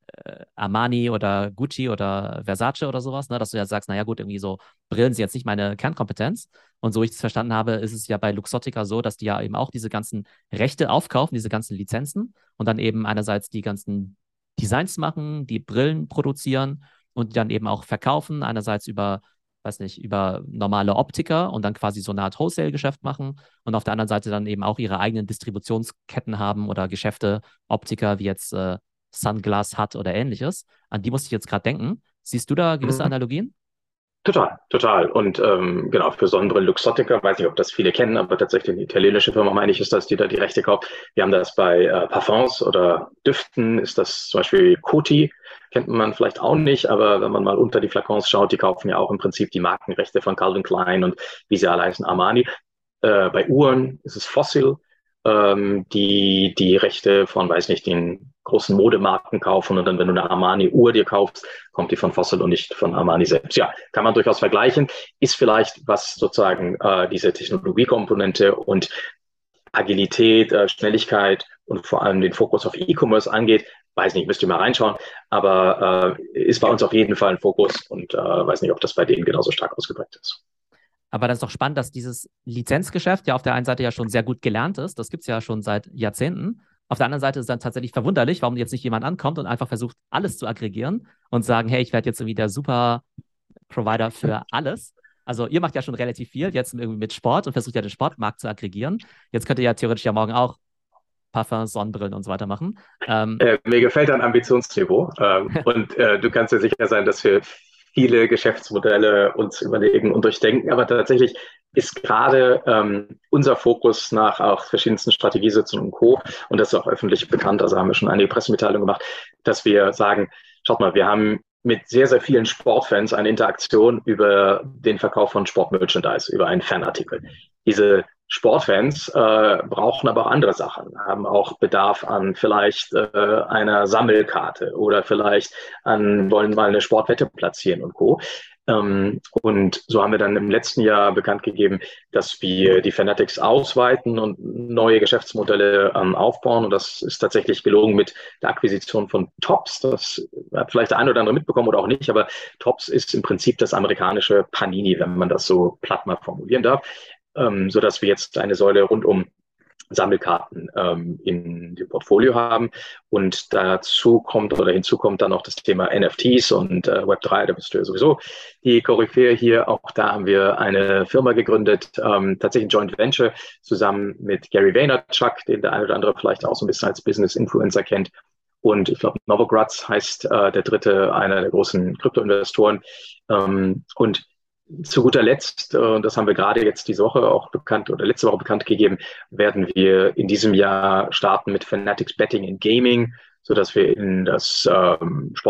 Armani oder Gucci oder Versace oder sowas, ne, dass du ja sagst, naja gut, irgendwie so Brillen sind jetzt nicht meine Kernkompetenz. Und so ich es verstanden habe, ist es ja bei Luxottica so, dass die ja eben auch diese ganzen Rechte aufkaufen, diese ganzen Lizenzen und dann eben einerseits die ganzen Designs machen, die Brillen produzieren und die dann eben auch verkaufen, einerseits über, weiß nicht, über normale Optiker und dann quasi so eine Art Wholesale-Geschäft machen und auf der anderen Seite dann eben auch ihre eigenen Distributionsketten haben oder Geschäfte, Optiker wie jetzt Sunglass Hut oder ähnliches. An die musste ich jetzt gerade denken. Siehst du da gewisse Analogien? Total, total. Und genau, für Sonnenbrillen Luxottica, weiß nicht, ob das viele kennen, aber tatsächlich eine italienische Firma, meine ich, ist das, die da die Rechte kauft. Wir haben das bei Parfums oder Düften, ist das zum Beispiel Coty, kennt man vielleicht auch nicht, aber wenn man mal unter die Flakons schaut, die kaufen ja auch im Prinzip die Markenrechte von Calvin Klein und wie sie alle heißen, Armani. Bei Uhren ist es Fossil, die Rechte von, weiß nicht, den großen Modemarken kaufen und dann, wenn du eine Armani-Uhr dir kaufst, kommt die von Fossil und nicht von Armani selbst. Ja, kann man durchaus vergleichen. Ist vielleicht, was sozusagen diese Technologiekomponente und Agilität, Schnelligkeit und vor allem den Fokus auf E-Commerce angeht, weiß nicht, müsst ihr mal reinschauen, aber ist bei uns auf jeden Fall ein Fokus und weiß nicht, ob das bei denen genauso stark ausgeprägt ist. Aber das ist doch spannend, dass dieses Lizenzgeschäft ja auf der einen Seite ja schon sehr gut gelernt ist. Das gibt es ja schon seit Jahrzehnten. Auf der anderen Seite ist es dann tatsächlich verwunderlich, warum jetzt nicht jemand ankommt und einfach versucht, alles zu aggregieren und sagen, hey, ich werde jetzt irgendwie der super Provider für alles. Also ihr macht ja schon relativ viel, jetzt irgendwie mit Sport und versucht ja den Sportmarkt zu aggregieren. Jetzt könnt ihr ja theoretisch ja morgen auch Parfums, Sonnenbrillen und so weiter machen. Mir gefällt dein Ambitionsniveau und du kannst dir sicher sein, dass wir viele Geschäftsmodelle uns überlegen und durchdenken. Aber tatsächlich ist gerade unser Fokus nach auch verschiedensten Strategiesitzungen und Co. Und das ist auch öffentlich bekannt, also haben wir schon einige Pressemitteilungen gemacht, dass wir sagen, schaut mal, wir haben mit sehr, sehr vielen Sportfans eine Interaktion über den Verkauf von Sportmerchandise, über einen Fanartikel. Diese Sportfans brauchen aber auch andere Sachen, haben auch Bedarf an vielleicht einer Sammelkarte oder vielleicht wollen mal eine Sportwette platzieren und Co. Und so haben wir dann im letzten Jahr bekannt gegeben, dass wir die Fanatics ausweiten und neue Geschäftsmodelle aufbauen. Und das ist tatsächlich gelungen mit der Akquisition von Topps. Das hat vielleicht der eine oder andere mitbekommen oder auch nicht, aber Topps ist im Prinzip das amerikanische Panini, wenn man das so platt mal formulieren darf, sodass wir jetzt eine Säule rund um Sammelkarten in dem Portfolio haben. Und dazu kommt oder hinzu kommt dann noch das Thema NFTs und Web3, da bist du ja sowieso die Koryphäe hier. Auch da haben wir eine Firma gegründet, tatsächlich ein Joint Venture zusammen mit Gary Vaynerchuk, den der eine oder andere vielleicht auch so ein bisschen als Business-Influencer kennt. Und ich glaube, Novogratz heißt der dritte, einer der großen Kryptoinvestoren. Und zu guter Letzt, und das haben wir gerade jetzt diese Woche auch bekannt oder letzte Woche bekannt gegeben, werden wir in diesem Jahr starten mit Fanatics Betting in Gaming, sodass wir in das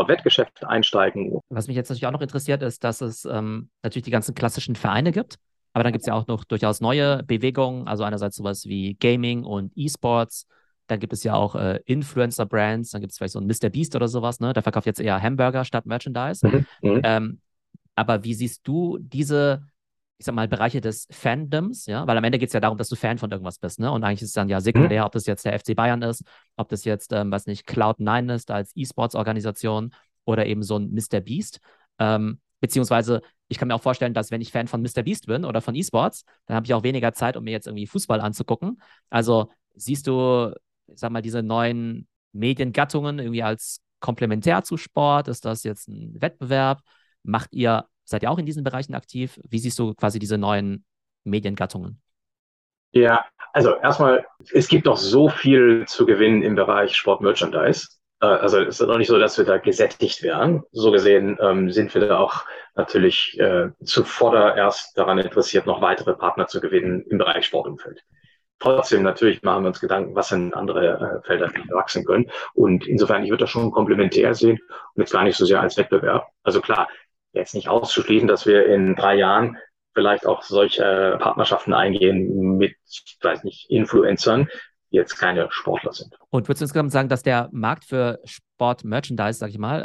Sportwettgeschäft einsteigen. Was mich jetzt natürlich auch noch interessiert, ist, dass es natürlich die ganzen klassischen Vereine gibt. Aber dann gibt es ja auch noch durchaus neue Bewegungen, also einerseits sowas wie Gaming und E-Sports. Dann gibt es ja auch Influencer-Brands, dann gibt es vielleicht so ein Mr. Beast oder sowas, ne? Der verkauft jetzt eher Hamburger statt Merchandise. Mhm. Mhm. Ähm, aber wie siehst du diese, ich sag mal, Bereiche des Fandoms, ja? Weil am Ende geht es ja darum, dass du Fan von irgendwas bist, ne? Und eigentlich ist es dann ja Mhm. sekundär, ob das jetzt der FC Bayern ist, ob das jetzt, was nicht, Cloud9 ist als E-Sports-Organisation oder eben so ein Mr. Beast. Beziehungsweise, ich kann mir auch vorstellen, dass wenn ich Fan von Mr. Beast bin oder von E-Sports, dann habe ich auch weniger Zeit, um mir jetzt irgendwie Fußball anzugucken. Also siehst du, ich sag mal, diese neuen Mediengattungen irgendwie als komplementär zu Sport? Ist das jetzt ein Wettbewerb? Seid ihr auch in diesen Bereichen aktiv? Wie siehst du quasi diese neuen Mediengattungen? Ja, also erstmal, es gibt noch so viel zu gewinnen im Bereich Sport-Merchandise. Also es ist noch nicht so, dass wir da gesättigt wären. So gesehen sind wir da auch natürlich zuvorderst daran interessiert, noch weitere Partner zu gewinnen im Bereich Sportumfeld. Trotzdem natürlich machen wir uns Gedanken, was sind andere Felder, die wachsen können. Und insofern, ich würde das schon komplementär sehen und jetzt gar nicht so sehr als Wettbewerb. Also klar, jetzt nicht auszuschließen, dass wir in 3 Jahren vielleicht auch solche Partnerschaften eingehen mit, ich weiß nicht, Influencern, die jetzt keine Sportler sind. Und würdest du insgesamt sagen, dass der Markt für Sport-Merchandise, sag ich mal,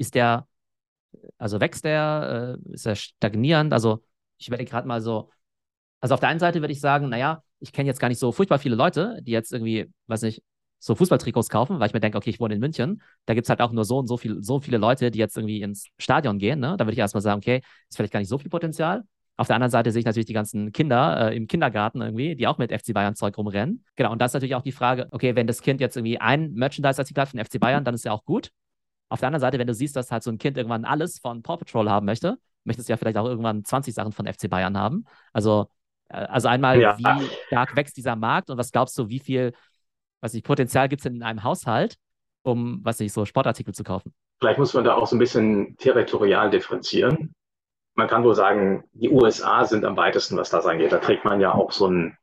also wächst ist der stagnierend? Also ich überlege gerade mal so, also auf der einen Seite würde ich sagen, naja, ich kenne jetzt gar nicht so furchtbar viele Leute, die jetzt irgendwie, weiß nicht, so Fußballtrikots kaufen, weil ich mir denke, okay, ich wohne in München. Da gibt es halt auch nur so und so viele Leute, die jetzt irgendwie ins Stadion gehen. Ne? Da würde ich erstmal sagen, okay, ist vielleicht gar nicht so viel Potenzial. Auf der anderen Seite sehe ich natürlich die ganzen Kinder im Kindergarten irgendwie, die auch mit FC Bayern Zeug rumrennen. Genau, und da ist natürlich auch die Frage, okay, wenn das Kind jetzt irgendwie ein Merchandise-Artikel hat von FC Bayern, dann ist ja auch gut. Auf der anderen Seite, wenn du siehst, dass halt so ein Kind irgendwann alles von Paw Patrol haben möchte, möchtest du ja vielleicht auch irgendwann 20 Sachen von FC Bayern haben. Also einmal, Ja, wie stark wächst dieser Markt und was glaubst du, wie viel, was nicht, Potenzial gibt es in einem Haushalt, um, was nicht, so Sportartikel zu kaufen? vielleicht muss man da auch so ein bisschen territorial differenzieren. Man kann wohl sagen, die USA sind am weitesten, was das angeht. Da trägt man ja auch so ein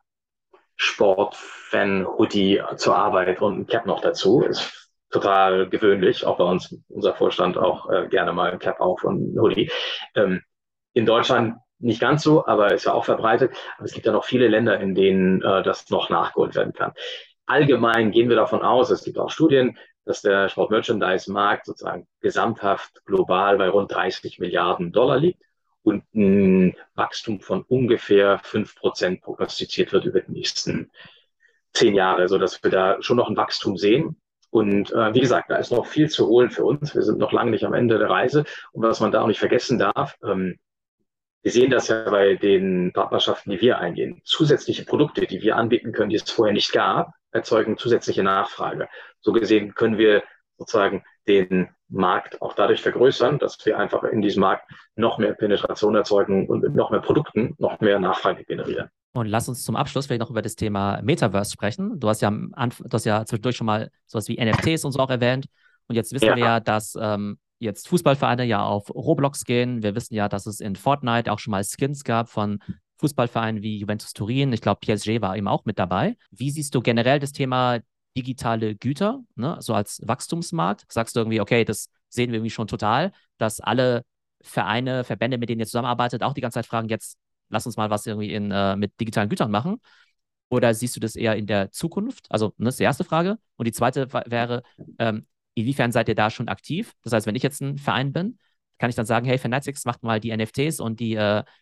Sportfan-Hoodie zur Arbeit und ein Cap noch dazu. Ist total gewöhnlich, auch bei uns, unser Vorstand auch gerne mal ein Cap auf und ein Hoodie. Ähm, in Deutschland nicht ganz so, aber ist ja auch verbreitet. Aber es gibt ja noch viele Länder, in denen das noch nachgeholt werden kann. Allgemein gehen wir davon aus, es gibt auch Studien, dass der Sport-Merchandise-Markt sozusagen gesamthaft global bei rund 30 Milliarden Dollar liegt und ein Wachstum von ungefähr 5% prognostiziert wird über die nächsten 10 Jahre, sodass wir da schon noch ein Wachstum sehen. Und wie gesagt, da ist noch viel zu holen für uns. Wir sind noch lange nicht am Ende der Reise. Und was man da auch nicht vergessen darf, wir sehen das ja bei den Partnerschaften, die wir eingehen. Zusätzliche Produkte, die wir anbieten können, die es vorher nicht gab, erzeugen zusätzliche Nachfrage. So gesehen können wir sozusagen den Markt auch dadurch vergrößern, dass wir einfach in diesem Markt noch mehr Penetration erzeugen und mit noch mehr Produkten noch mehr Nachfrage generieren. Und lass uns zum Abschluss vielleicht noch über das Thema Metaverse sprechen. Du hast ja zwischendurch schon mal sowas wie NFTs und so auch erwähnt. Und jetzt wissen wir Ja, ja, dass jetzt Fußballvereine ja auf Roblox gehen. Wir wissen ja, dass es in Fortnite auch schon mal Skins gab von Fußballvereinen wie Juventus Turin. Ich glaube, PSG war eben auch mit dabei. Wie siehst du generell das Thema digitale Güter, ne, so als Wachstumsmarkt? Sagst du irgendwie, okay, das sehen wir irgendwie schon total, dass alle Vereine, Verbände, mit denen ihr zusammenarbeitet, auch die ganze Zeit fragen, jetzt lass uns mal was irgendwie mit digitalen Gütern machen? Oder siehst du das eher in der Zukunft? Also, ne, das ist die erste Frage. Und die zweite wäre, ähm, inwiefern seid ihr da schon aktiv? Das heißt, wenn ich jetzt ein Verein bin, kann ich dann sagen, hey, Fanatics macht mal die NFTs und die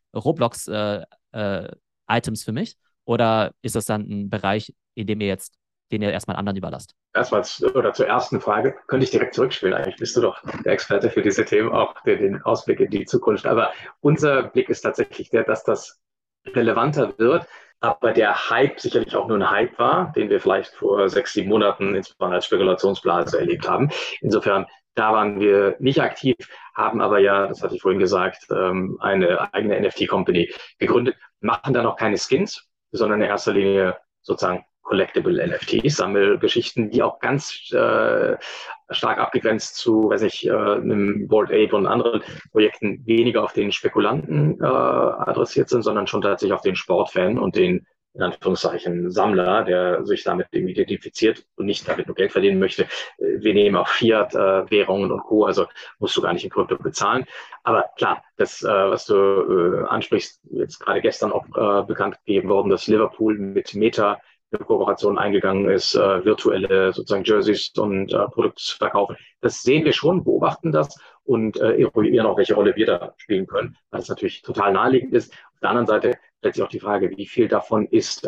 Roblox-Items für mich? Oder ist das dann ein Bereich, den ihr erstmal anderen überlasst? erstmal oder zur ersten Frage könnte ich direkt zurückspielen. Eigentlich bist du doch der Experte für diese Themen, auch für den Ausblick in die Zukunft. Aber unser Blick ist tatsächlich der, dass das relevanter wird, aber der Hype sicherlich auch nur ein Hype war, den wir vielleicht vor 6, 7 Monaten insbesondere als Spekulationsblase erlebt haben. Insofern, da waren wir nicht aktiv, haben aber ja, das hatte ich vorhin gesagt, eine eigene NFT-Company gegründet, machen da noch keine Skins, sondern in erster Linie sozusagen Collectible NFTs, Sammelgeschichten, die auch ganz stark abgegrenzt zu, weiß ich, einem Bored Ape und anderen Projekten weniger auf den Spekulanten adressiert sind, sondern schon tatsächlich auf den Sportfan und den in Anführungszeichen Sammler, der sich damit irgendwie identifiziert und nicht damit nur Geld verdienen möchte. Wir nehmen auch Fiat-Währungen und Co., also musst du gar nicht in Krypto bezahlen. Aber klar, das, was du ansprichst, jetzt gerade gestern auch bekannt gegeben worden, dass Liverpool mit Meta eine Kooperation eingegangen ist, virtuelle sozusagen Jerseys und Produkte verkaufen. Das sehen wir schon, beobachten das und eruieren auch, welche Rolle wir da spielen können, weil es natürlich total naheliegend ist. Auf der anderen Seite stellt sich auch die Frage, wie viel davon ist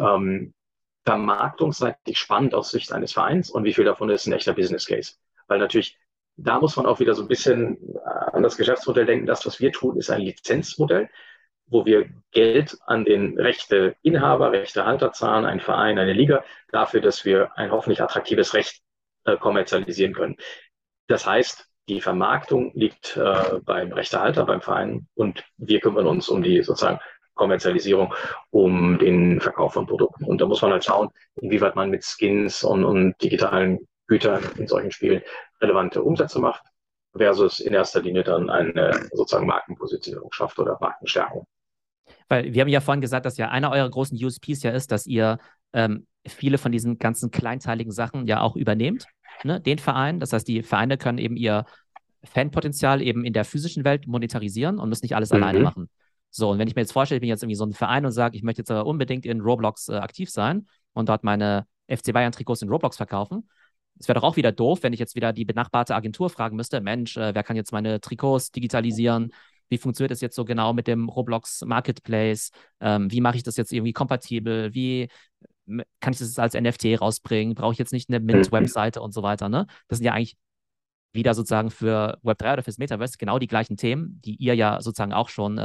vermarktungsseitig spannend aus Sicht eines Vereins und wie viel davon ist ein echter Business Case. Weil natürlich, da muss man auch wieder so ein bisschen an das Geschäftsmodell denken. Das, was wir tun, ist ein Lizenzmodell, wo wir Geld an den Rechteinhaber, Rechtehalter zahlen, ein Verein, eine Liga, dafür, dass wir ein hoffentlich attraktives Recht kommerzialisieren können. Das heißt, die Vermarktung liegt beim Rechtehalter, beim Verein und wir kümmern uns um die sozusagen Kommerzialisierung, um den Verkauf von Produkten. Und da muss man halt schauen, inwieweit man mit Skins und digitalen Gütern in solchen Spielen relevante Umsätze macht, versus in erster Linie dann eine sozusagen Markenpositionierung schafft oder Markenstärkung. Weil wir haben ja vorhin gesagt, dass ja einer eurer großen USPs ja ist, dass ihr viele von diesen ganzen kleinteiligen Sachen ja auch übernehmt, ne, den Verein. Das heißt, die Vereine können eben ihr Fanpotenzial eben in der physischen Welt monetarisieren und müssen nicht alles alleine machen. So, und wenn ich mir jetzt vorstelle, ich bin jetzt irgendwie so ein Verein und sage, ich möchte jetzt aber unbedingt in Roblox aktiv sein und dort meine FC Bayern-Trikots in Roblox verkaufen, es wäre doch auch wieder doof, wenn ich jetzt wieder die benachbarte Agentur fragen müsste, Mensch, wer kann jetzt meine Trikots digitalisieren? Wie funktioniert das jetzt so genau mit dem Roblox Marketplace? Wie mache ich das jetzt irgendwie kompatibel? Wie kann ich das als NFT rausbringen? Brauche ich jetzt nicht eine Mint-Webseite und so weiter, ne? Das sind ja eigentlich wieder sozusagen für Web3 oder fürs Metaverse genau die gleichen Themen, die ihr ja sozusagen auch schon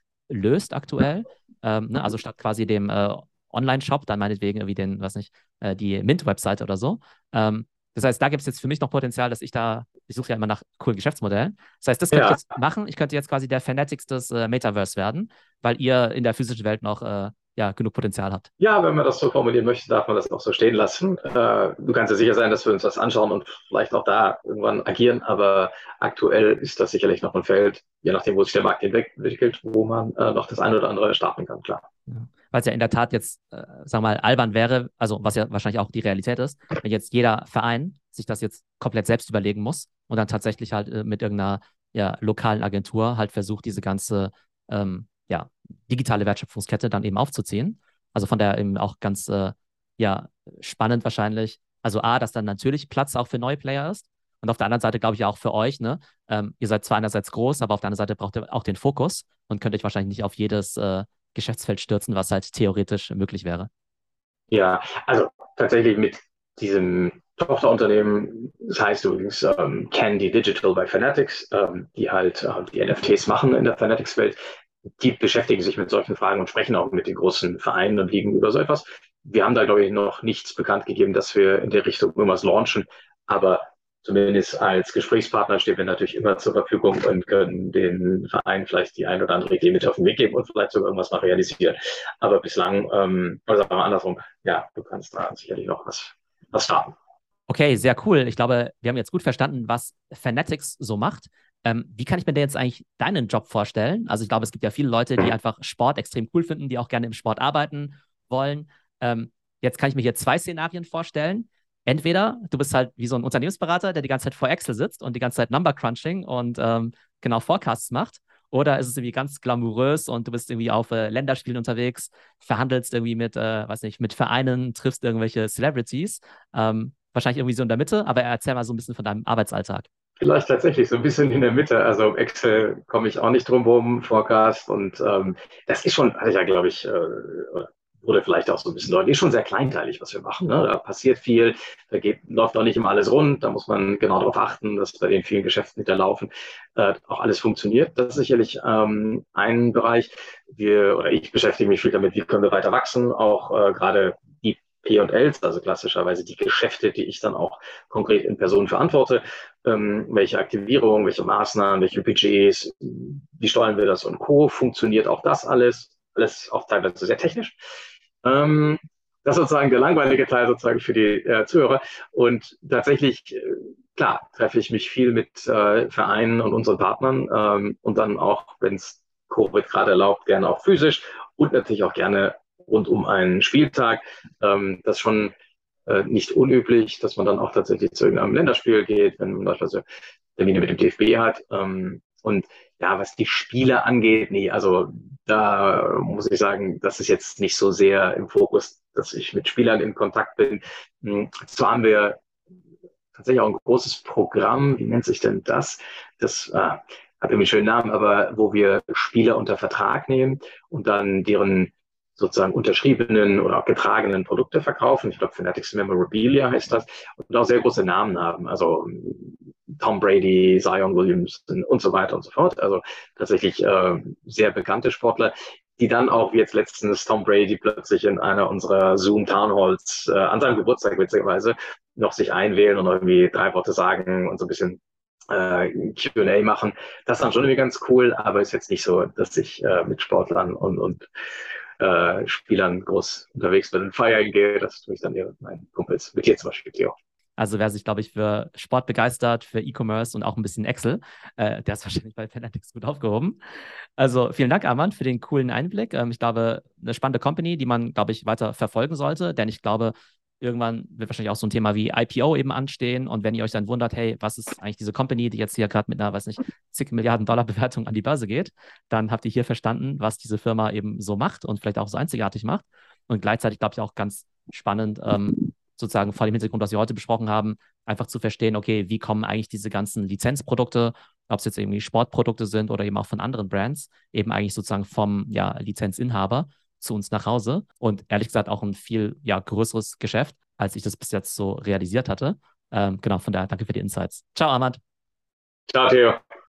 löst aktuell. Ne? Also statt quasi dem Online-Shop, dann meinetwegen irgendwie den, was nicht, die Mint-Webseite oder so. Das heißt, da gibt es jetzt für mich noch Potenzial, dass ich suche ja immer nach coolen Geschäftsmodellen. Das heißt, das könnte ich jetzt machen. Ich könnte jetzt quasi der Fanatics des Metaverse werden, weil ihr in der physischen Welt noch ja, genug Potenzial habt. Ja, wenn man das so formulieren möchte, darf man das auch so stehen lassen. Du kannst ja sicher sein, dass wir uns das anschauen und vielleicht auch da irgendwann agieren, aber aktuell ist das sicherlich noch ein Feld, je nachdem, wo sich der Markt entwickelt, wo man noch das eine oder andere starten kann, klar. Ja. Weil es ja in der Tat jetzt, sagen wir mal, albern wäre, also was ja wahrscheinlich auch die Realität ist, wenn jetzt jeder Verein sich das jetzt komplett selbst überlegen muss und dann tatsächlich halt mit irgendeiner ja, lokalen Agentur halt versucht, diese ganze ja, digitale Wertschöpfungskette dann eben aufzuziehen. Also von daher eben auch ganz ja, spannend wahrscheinlich. Also A, dass dann natürlich Platz auch für neue Player ist. Und auf der anderen Seite glaube ich auch für euch, ne? Ihr seid zwar einerseits groß, aber auf der anderen Seite braucht ihr auch den Fokus und könnt euch wahrscheinlich nicht auf jedes Geschäftsfeld stürzen, was halt theoretisch möglich wäre. Ja, also tatsächlich mit diesem Tochterunternehmen, das heißt übrigens Candy Digital bei Fanatics, die halt die NFTs machen in der Fanatics-Welt, die beschäftigen sich mit solchen Fragen und sprechen auch mit den großen Vereinen und Ligen über so etwas. Wir haben da, glaube ich, noch nichts bekannt gegeben, dass wir in der Richtung irgendwas launchen, aber zumindest als Gesprächspartner stehen wir natürlich immer zur Verfügung und können den Verein vielleicht die ein oder andere Idee mit auf den Weg geben und vielleicht sogar irgendwas mal realisieren. Aber bislang, oder sagen wir mal andersrum, ja, du kannst da sicherlich noch was starten. Okay, sehr cool. Ich glaube, wir haben jetzt gut verstanden, was Fanatics so macht. Wie kann ich mir denn jetzt eigentlich deinen Job vorstellen? Also ich glaube, es gibt ja viele Leute, die einfach Sport extrem cool finden, die auch gerne im Sport arbeiten wollen. Jetzt kann ich mir hier zwei Szenarien vorstellen. Entweder du bist halt wie so ein Unternehmensberater, der die ganze Zeit vor Excel sitzt und die ganze Zeit Number Crunching und genau Forecasts macht. Oder ist es irgendwie ganz glamourös und du bist irgendwie auf Länderspielen unterwegs, verhandelst irgendwie mit, weiß nicht, mit Vereinen, triffst irgendwelche Celebrities. Wahrscheinlich irgendwie so in der Mitte, aber erzähl mal so ein bisschen von deinem Arbeitsalltag. Vielleicht tatsächlich so ein bisschen in der Mitte. Also Excel komme ich auch nicht drum rum, Forecast. Und das ist schon, also ja, glaube ich, wurde vielleicht auch so ein bisschen deutlich, ist schon sehr kleinteilig, was wir machen. Ne? Da passiert viel, läuft auch nicht immer alles rund. Da muss man genau darauf achten, dass bei den vielen Geschäften, die da laufen, auch alles funktioniert. Das ist sicherlich ein Bereich. Ich beschäftige mich viel damit, wie können wir weiter wachsen, auch gerade die P&Ls, also klassischerweise die Geschäfte, die ich dann auch konkret in Person verantworte, welche Aktivierung, welche Maßnahmen, welche Budgets, wie steuern wir das und Co. Funktioniert auch das alles auch teilweise sehr technisch. Das ist sozusagen der langweilige Teil sozusagen für die Zuhörer. Und tatsächlich, klar, treffe ich mich viel mit Vereinen und unseren Partnern und dann auch, wenn es Covid gerade erlaubt, gerne auch physisch und natürlich auch gerne rund um einen Spieltag. Das ist schon nicht unüblich, dass man dann auch tatsächlich zu irgendeinem Länderspiel geht, wenn man beispielsweise Termine mit dem DFB hat. Und ja, was die Spiele angeht, nee, also da muss ich sagen, das ist jetzt nicht so sehr im Fokus, dass ich mit Spielern in Kontakt bin. Zwar haben wir tatsächlich auch ein großes Programm, wie nennt sich denn das? Das hat irgendwie einen schönen Namen, aber wo wir Spieler unter Vertrag nehmen und dann deren sozusagen unterschriebenen oder auch getragenen Produkte verkaufen. Ich glaube, Fanatics Memorabilia heißt das. Und auch sehr große Namen haben. Also Tom Brady, Zion Williamson und so weiter und so fort. Also tatsächlich sehr bekannte Sportler, die dann auch, wie jetzt letztens Tom Brady plötzlich in einer unserer Zoom Town Halls an seinem Geburtstag witzigerweise noch sich einwählen und irgendwie 3 Worte sagen und so ein bisschen Q&A machen. Das ist dann schon irgendwie ganz cool, aber ist jetzt nicht so, dass ich mit Sportlern und Spielern groß unterwegs bin und feiern gehe. Das tue ich dann eher mit meinen Kumpels, mit dir zum Beispiel, Theo. Also wer sich, glaube ich, für Sport begeistert, für E-Commerce und auch ein bisschen Excel, der ist wahrscheinlich bei Fanatics gut aufgehoben. Also vielen Dank, Armand, für den coolen Einblick. Ich glaube, eine spannende Company, die man, glaube ich, weiter verfolgen sollte, denn ich glaube, irgendwann wird wahrscheinlich auch so ein Thema wie IPO eben anstehen. Und wenn ihr euch dann wundert, hey, was ist eigentlich diese Company, die jetzt hier gerade mit einer, weiß nicht, zig Milliarden Dollar Bewertung an die Börse geht, dann habt ihr hier verstanden, was diese Firma eben so macht und vielleicht auch so einzigartig macht. Und gleichzeitig, glaube ich, auch ganz spannend, sozusagen vor dem Hintergrund, was wir heute besprochen haben, einfach zu verstehen, okay, wie kommen eigentlich diese ganzen Lizenzprodukte, ob es jetzt irgendwie Sportprodukte sind oder eben auch von anderen Brands, eben eigentlich sozusagen vom Lizenzinhaber zu uns nach Hause. Und ehrlich gesagt auch ein viel größeres Geschäft, als ich das bis jetzt so realisiert hatte. Genau, von daher danke für die Insights. Ciao, Ahmad. Ciao, Theo.